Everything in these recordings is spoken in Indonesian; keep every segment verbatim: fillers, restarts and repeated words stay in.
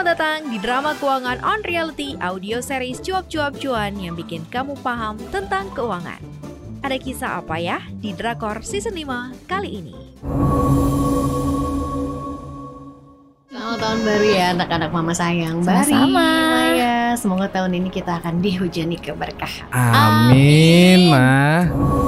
Selamat datang di drama keuangan on reality audio series cuap-cuap cuan yang bikin kamu paham tentang keuangan. Ada kisah apa ya di Drakor Season lima kali ini? Selamat tahun baru ya anak-anak mama sayang. Sama-sama. Bari, Maya. Semoga tahun ini kita akan dihujani keberkahan. Amin, Ma.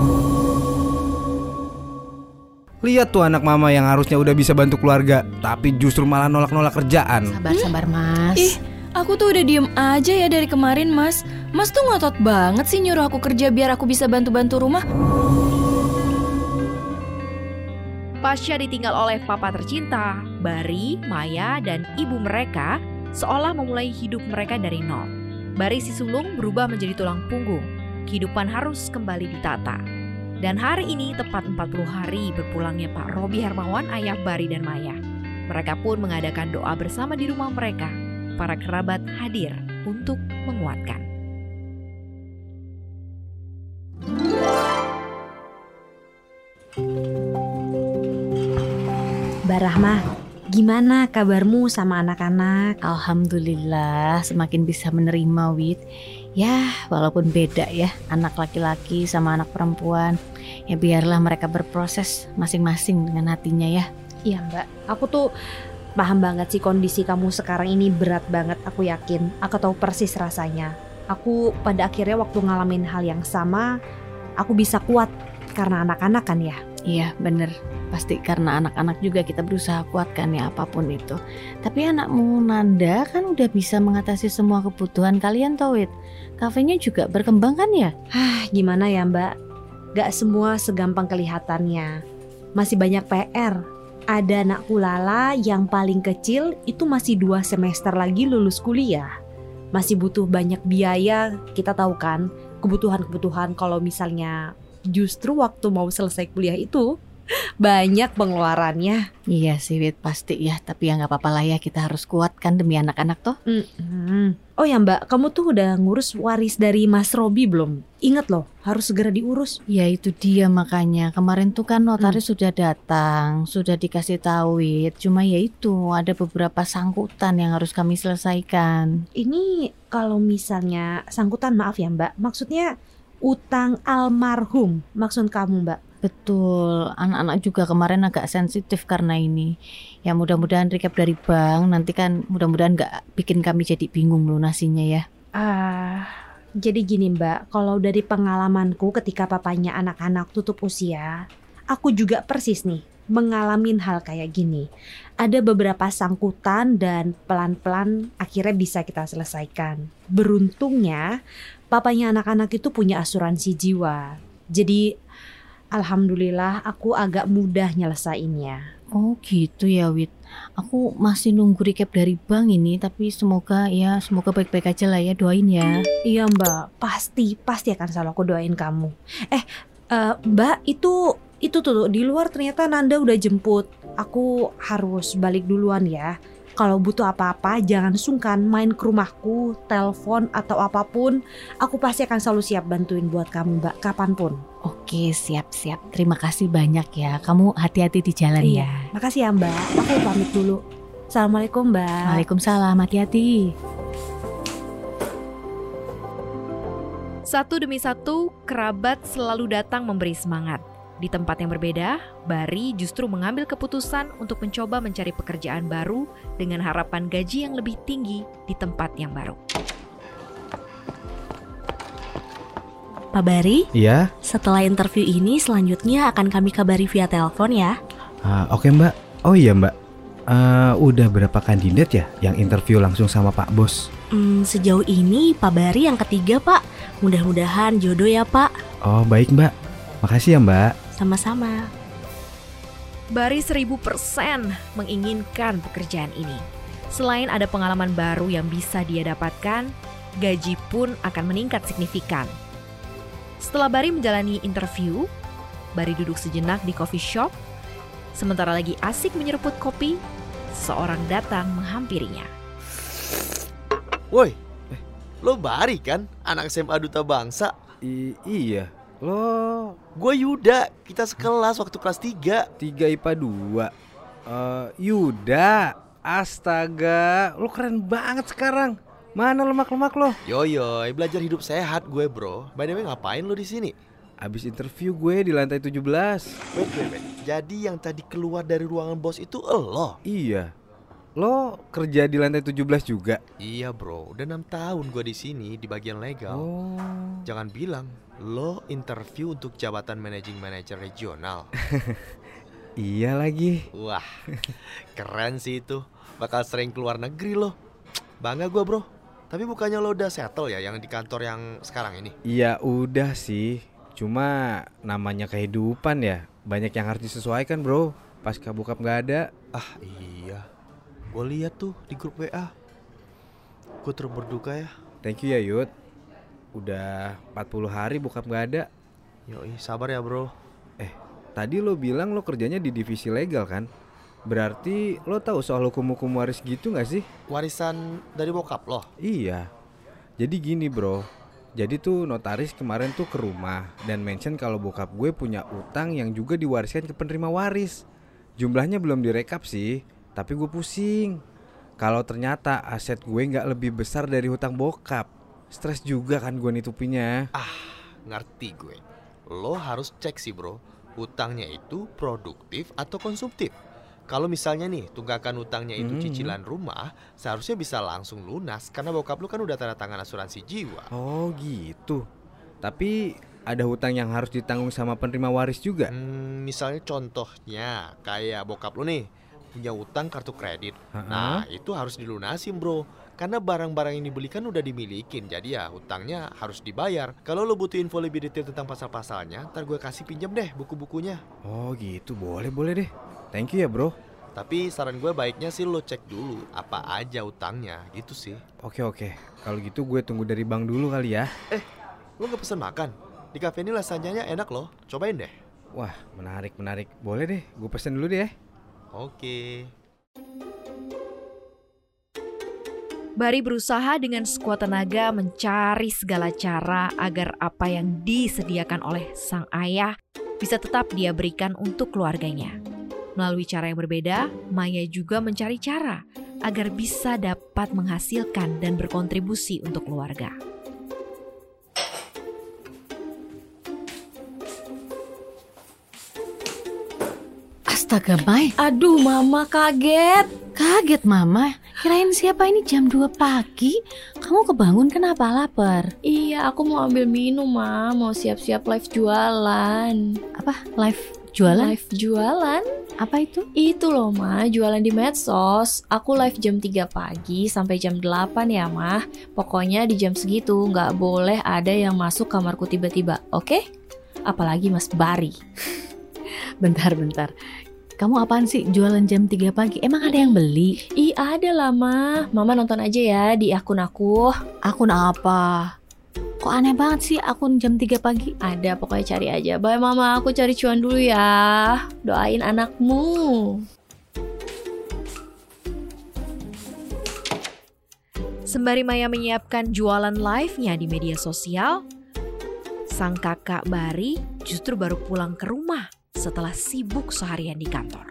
Lihat tuh anak mama yang harusnya udah bisa bantu keluarga, tapi justru malah nolak-nolak kerjaan. Sabar-sabar, Mas. Ih, aku tuh udah diem aja ya dari kemarin, Mas. Mas tuh ngotot banget sih nyuruh aku kerja biar aku bisa bantu-bantu rumah. Pasca ditinggal oleh papa tercinta, Bari, Maya, dan ibu mereka seolah memulai hidup mereka dari nol. Bari si sulung berubah menjadi tulang punggung. Kehidupan harus kembali ditata. Dan hari ini tepat empat puluh hari berpulangnya Pak Robi Hermawan, ayah Bari dan Maya. Mereka pun mengadakan doa bersama di rumah mereka. Para kerabat hadir untuk menguatkan. Mbak Rahma, gimana kabarmu sama anak-anak? Alhamdulillah semakin bisa menerima, Wit. Ya, walaupun beda ya, anak laki-laki sama anak perempuan. Ya biarlah mereka berproses masing-masing dengan hatinya ya. Iya Mbak, aku tuh paham banget sih kondisi kamu sekarang ini berat banget, aku yakin. Aku tahu persis rasanya. Aku pada akhirnya waktu ngalamin hal yang sama, aku bisa kuat karena anak-anak kan ya. Iya bener, pasti karena anak-anak juga kita berusaha kuatkan ya apapun itu. Tapi anakmu Nanda kan udah bisa mengatasi semua kebutuhan kalian toh, Wit. Kafenya juga berkembang kan ya? Hah, gimana ya Mbak? Gak semua segampang kelihatannya. Masih banyak P R. Ada anakku Lala yang paling kecil itu masih dua semester lagi lulus kuliah. Masih butuh banyak biaya, kita tahu kan kebutuhan-kebutuhan kalau misalnya justru waktu mau selesai kuliah itu banyak pengeluarannya. Iya sih Wit, pasti ya. Tapi ya gak apa-apa lah ya, kita harus kuat kan demi anak-anak toh. Mm-hmm. Oh ya Mbak, kamu tuh udah ngurus waris dari Mas Robi belum? Ingat loh, harus segera diurus. Ya itu dia makanya. Kemarin tuh kan notaris hmm. sudah datang, sudah dikasih tahu Wit. Cuma ya itu, ada beberapa sangkutan yang harus kami selesaikan. Ini kalau misalnya sangkutan, maaf ya Mbak, maksudnya utang almarhum maksud kamu Mbak? Betul, anak-anak juga kemarin agak sensitif karena ini. Ya mudah-mudahan recap dari bank, nanti kan mudah-mudahan gak bikin kami jadi bingung lunasinya ya. Ah, jadi gini Mbak, kalau dari pengalamanku ketika papanya anak-anak tutup usia, aku juga persis nih mengalami hal kayak gini. Ada beberapa sangkutan dan pelan-pelan akhirnya bisa kita selesaikan. Beruntungnya papanya anak-anak itu punya asuransi jiwa. Jadi alhamdulillah aku agak mudah nyelesainnya. Oh gitu ya Wit. Aku masih nunggu recap dari bank ini, tapi semoga ya semoga baik-baik aja lah ya, doain ya. Iya Mbak, pasti pasti akan selalu aku doain kamu. Eh uh, Mbak itu itu tuh di luar ternyata Nanda udah jemput. Aku harus balik duluan ya. Kalau butuh apa-apa jangan sungkan main ke rumahku, telepon atau apapun. Aku pasti akan selalu siap bantuin buat kamu Mbak, kapanpun. Oke siap-siap, terima kasih banyak ya. Kamu hati-hati di jalan iya, ya. Makasih ya Mbak, aku pamit dulu. Assalamualaikum Mbak. Waalaikumsalam, hati-hati. Satu demi satu, kerabat selalu datang memberi semangat. Di tempat yang berbeda, Bari justru mengambil keputusan untuk mencoba mencari pekerjaan baru dengan harapan gaji yang lebih tinggi di tempat yang baru. Pak Bari, Iya. Setelah interview ini selanjutnya akan kami kabari via telepon ya. Uh, Oke okay, Mbak. Oh iya Mbak, uh, udah berapa kandidat ya yang interview langsung sama Pak Bos? Hmm, sejauh ini Pak Bari yang ketiga Pak. Mudah-mudahan jodoh ya Pak. Oh baik Mbak, makasih ya Mbak. Sama-sama. Bari seribu persen menginginkan pekerjaan ini. Selain ada pengalaman baru yang bisa dia dapatkan, gaji pun akan meningkat signifikan. Setelah Bari menjalani interview, Bari duduk sejenak di coffee shop. Sementara lagi asik menyeruput kopi, seseorang datang menghampirinya. Woi, eh, lo Bari kan? Anak S M A Duta Bangsa. I- iya. Lo Gue Yuda, kita sekelas waktu kelas tiga. tiga I P A dua. uh, Yuda. Astaga, lo keren banget sekarang. Mana lemak-lemak lo? Yoyoy, belajar hidup sehat gue bro. By the way, ngapain lo di sini? Abis interview gue di lantai tujuh belas. Wait, wait, wait. Jadi yang tadi keluar dari ruangan bos itu elo? Iya. Lo kerja di lantai tujuh belas juga? Iya bro, udah enam tahun gue di sini di bagian legal. Oh. Jangan bilang lo interview untuk jabatan managing manager regional. Iya lagi. Wah, keren sih itu. Bakal sering keluar negeri lo. Bangga gue bro. Tapi bukannya lo udah settle ya yang di kantor yang sekarang ini? Iya udah sih. Cuma namanya kehidupan ya. Banyak yang harus disesuaikan bro. Pasca bokap gak ada. Ah iya, gue lihat tuh di grup W A. Gue turut berduka ya. Thank you ya Yud. Udah empat puluh hari bokap gak ada. Yoi, sabar ya bro. Eh, tadi lo bilang lo kerjanya di divisi legal kan? Berarti lo tahu soal hukum-hukum waris gitu gak sih? Warisan dari bokap lo? Iya. Jadi gini bro. Jadi tuh notaris kemarin tuh ke rumah dan mention kalau bokap gue punya utang yang juga diwariskan ke penerima waris. Jumlahnya belum direkap sih, tapi gue pusing. Kalau ternyata aset gue gak lebih besar dari hutang bokap. Stres juga kan gue nutupinnya. Ah, ngerti gue. Lo harus cek sih bro, hutangnya itu produktif atau konsumtif. Kalau misalnya nih tunggakan utangnya itu Hmm. cicilan rumah, seharusnya bisa langsung lunas karena bokap lu kan udah tanda tangan asuransi jiwa. Oh gitu. Tapi ada hutang yang harus ditanggung sama penerima waris juga? Hmm, misalnya contohnya kayak bokap lu nih punya utang kartu kredit. Ha-ha. Nah itu harus dilunasin bro, karena barang-barang yang dibeli kan udah dimilikin, jadi ya hutangnya harus dibayar. Kalau lo butuh info lebih detail tentang pasal-pasalnya, ntar gue kasih pinjam deh buku-bukunya. Oh gitu, boleh-boleh deh. Thank you ya bro. Tapi saran gue baiknya sih lo cek dulu apa aja utangnya gitu sih. Oke oke, kalau gitu gue tunggu dari bank dulu kali ya. Lo gak pesen makan? Di kafe ini lasanyanya enak loh, cobain deh. Wah menarik menarik, boleh deh, gue pesen dulu deh. Oke. Bari berusaha dengan sekuat tenaga mencari segala cara agar apa yang disediakan oleh sang ayah bisa tetap dia berikan untuk keluarganya. Melalui cara yang berbeda, Maya juga mencari cara agar bisa dapat menghasilkan dan berkontribusi untuk keluarga. Astaga Mai, Aduh mama kaget. kaget mama. Kirain siapa ini jam dua pagi? Kamu kebangun kenapa, lapar? Iya aku mau ambil minum ma, mau siap-siap live jualan. Apa? Live jualan? Live jualan? Apa itu? Itu loh ma, jualan di medsos. Aku live jam tiga pagi sampai jam delapan ya ma. Pokoknya di jam segitu gak boleh ada yang masuk kamarku tiba-tiba, oke? Apalagi Mas Bari. Bentar-bentar. Kamu apaan sih jualan jam tiga pagi? Emang ada yang beli? Ih ada lah ma, mama nonton aja ya di akun aku. Akun apa? Kok aneh banget sih akun jam tiga pagi? Ada, pokoknya cari aja. Bye mama, aku cari cuan dulu ya. Doain anakmu. Sembari Maya menyiapkan jualan live-nya di media sosial, sang kakak Bari justru baru pulang ke rumah setelah sibuk seharian di kantor.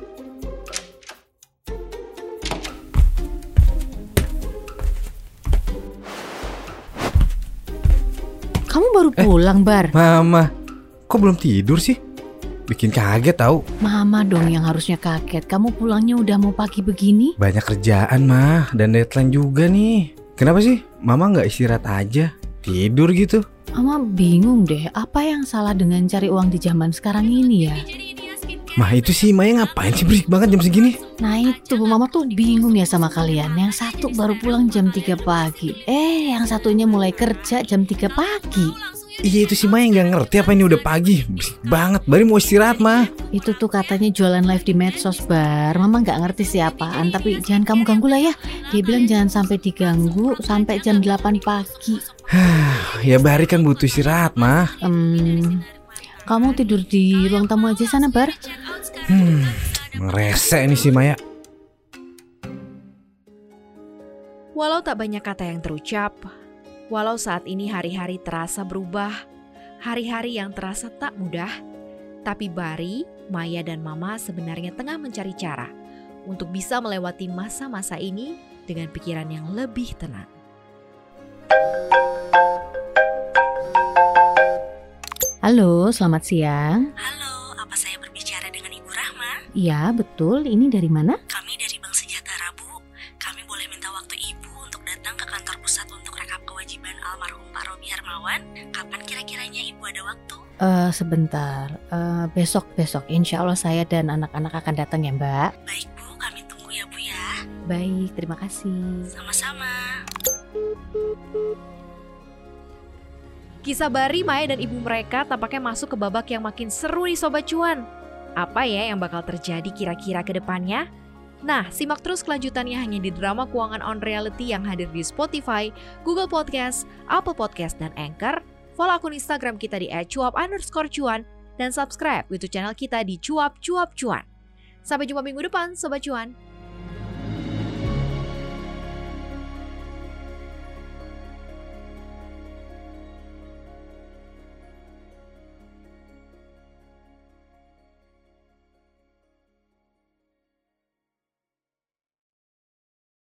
Kamu baru pulang, Bar? Mama, kok belum tidur sih? Bikin kaget tau. Mama dong yang harusnya kaget. Kamu pulangnya udah mau pagi begini? Banyak kerjaan mah dan deadline juga nih. Kenapa sih Mama nggak istirahat aja? Tidur gitu? Mama bingung deh, apa yang salah dengan cari uang di zaman sekarang ini ya? Mah itu sih Maya ngapain sih berisik banget jam segini? Nah itu, Mama tuh bingung ya sama kalian. Yang satu baru pulang jam tiga pagi. Eh, yang satunya mulai kerja jam tiga pagi. Iya itu sih Maya nggak ngerti apa ini udah pagi. Berisik banget, Bari mau istirahat mah. Itu tuh katanya jualan live di medsos, Bar. Mama nggak ngerti siapaan, tapi jangan kamu ganggu lah ya. Dia bilang jangan sampai diganggu sampai jam delapan pagi. Ya Bari kan butuh istirahat mah. Hmm, kamu tidur di ruang tamu aja sana, Bar. Hmm, ngerese nih si Maya. Walau tak banyak kata yang terucap, walau saat ini hari-hari terasa berubah, hari-hari yang terasa tak mudah, tapi Bari, Maya dan Mama sebenarnya tengah mencari cara untuk bisa melewati masa-masa ini dengan pikiran yang lebih tenang. Halo, selamat siang. Halo, apa saya berbicara dengan Ibu Rahma? Iya, betul. Ini dari mana? Kami dari Bank Sejahtera, Bu. Kami boleh minta waktu Ibu untuk datang ke kantor pusat untuk rekap kewajiban almarhum Pak Robi Hermawan? Kapan kira-kiranya Ibu ada waktu? Eh, sebentar. Eh, besok, besok. Insya Allah saya dan anak-anak akan datang ya, Mbak. Baik, Bu. Kami tunggu ya, Bu ya. Baik, terima kasih. Sama-sama. Kisah Bari, Maya, dan ibu mereka tampaknya masuk ke babak yang makin seru nih Sobat Cuan. Apa ya yang bakal terjadi kira-kira ke depannya? Nah, simak terus kelanjutannya hanya di drama keuangan on reality yang hadir di Spotify, Google Podcast, Apple Podcast, dan Anchor. Follow akun Instagram kita di et cuap underscore cuan dan subscribe YouTube channel kita di Cuap Cuap Cuan. Sampai jumpa minggu depan, Sobat Cuan.